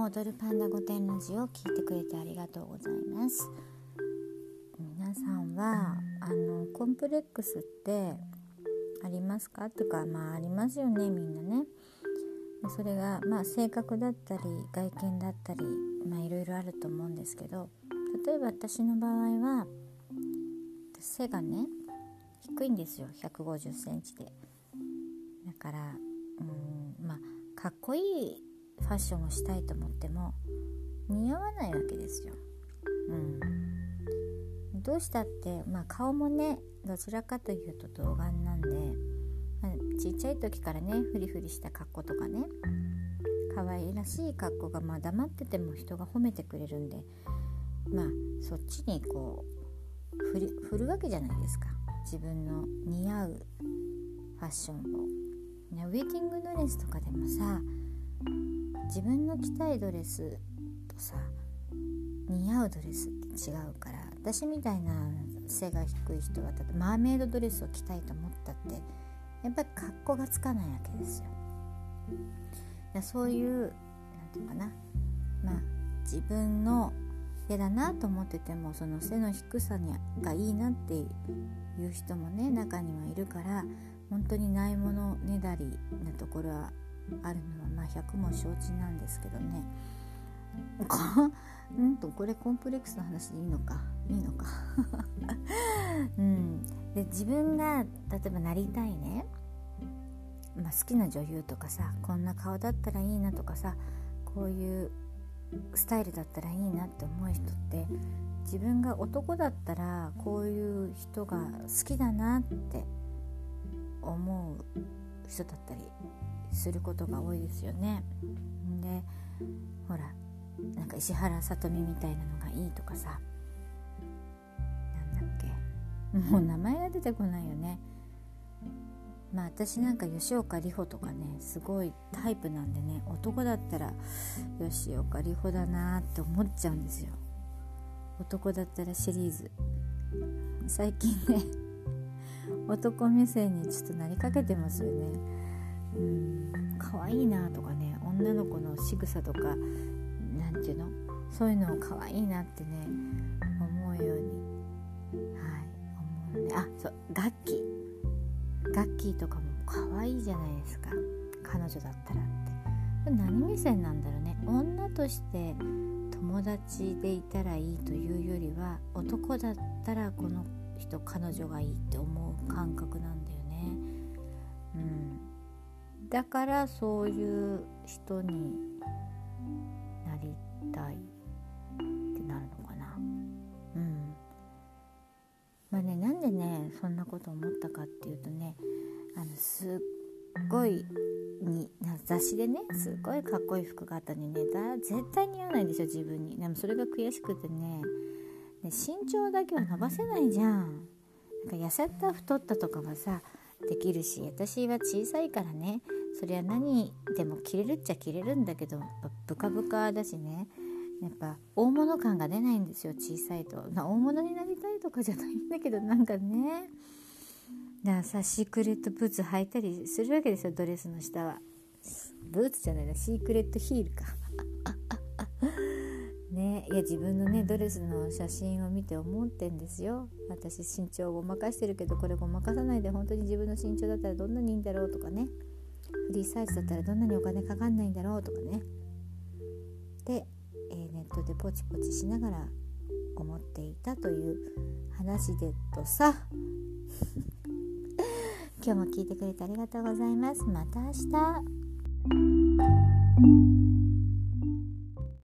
踊るパンダ御殿ラジオを聞いてくれてありがとうございます。皆さんはコンプレックスってありますかっていうか、ありますよね、みんなね。それが性格だったり外見だったりいろいろあると思うんですけど、例えば私の場合は背がね低いんですよ。150センチで。だからかっこいいファッションをしたいと思っても似合わないわけですよ。どうしたって、顔もねどちらかというと童顔なんで、ちっちゃい時からねフリフリした格好とかね可愛らしい格好が黙ってても人が褒めてくれるんで、そっちにこう振るわけじゃないですか。自分の似合うファッションを、ウェディングドレスとかでもさ、自分の着たいドレスとさ似合うドレスって違うから、私みたいな背が低い人はマーメイドドレスを着たいと思ったってやっぱり格好がつかないわけですよ。そういうなんていうかな、自分の嫌だなと思っててもその背の低さがいいなっていう人もね中にはいるから、本当にないものねだりなところはあるのは100も承知なんですけどね。これコンプレックスの話でいいのかで自分が例えばなりたいね、好きな女優とかさ、こんな顔だったらいいなとかさ、こういうスタイルだったらいいなって思う人って、自分が男だったらこういう人が好きだなって思う人だったりすることが多いですよね。でほら石原さとみみたいなのがいいとかさ、なんだっけ、もう名前が出てこないよね。私なんか吉岡里帆とかねすごいタイプなんでね、男だったら吉岡里帆だなって思っちゃうんですよ。男だったらシリーズ最近ね男目線にちょっとなりかけてますよね。可愛いなとかね、女の子の仕草とかなんていうの、そういうのを可愛いなってね思うように思うね。そうガッキーとかも可愛いじゃないですか、彼女だったらって。何目線なんだろうね。女として友達でいたらいいというよりは、男だったらこの人彼女がいいって思う感覚なんだよね。だからそういう人になりたいってなるのかな。なんでねそんなこと思ったかっていうとね、すっごい雑誌でねすっごいかっこいい服があったのにね絶対似合わないんですよ、自分に。でもそれが悔しくてね、身長だけは伸ばせないじゃん。痩せた太ったとかはさできるし、私は小さいからねそれは何でも着れるっちゃ着れるんだけど、ブカブカだしね、やっぱ大物感が出ないんですよ、小さいと。大物になりたいとかじゃないんだけど、だからさシークレットブーツ履いたりするわけですよ、ドレスの下は。ブーツじゃないな、シークレットヒールかね。いや自分のねドレスの写真を見て思ってんですよ。私身長をごまかしてるけど、これごまかさないで本当に自分の身長だったらどんなにいいんだろうとかね、フリーサイズだったらどんなにお金かかんないんだろうとかね。で、ネットでポチポチしながら思っていたという話でとさ今日も聞いてくれてありがとうございます。また明日。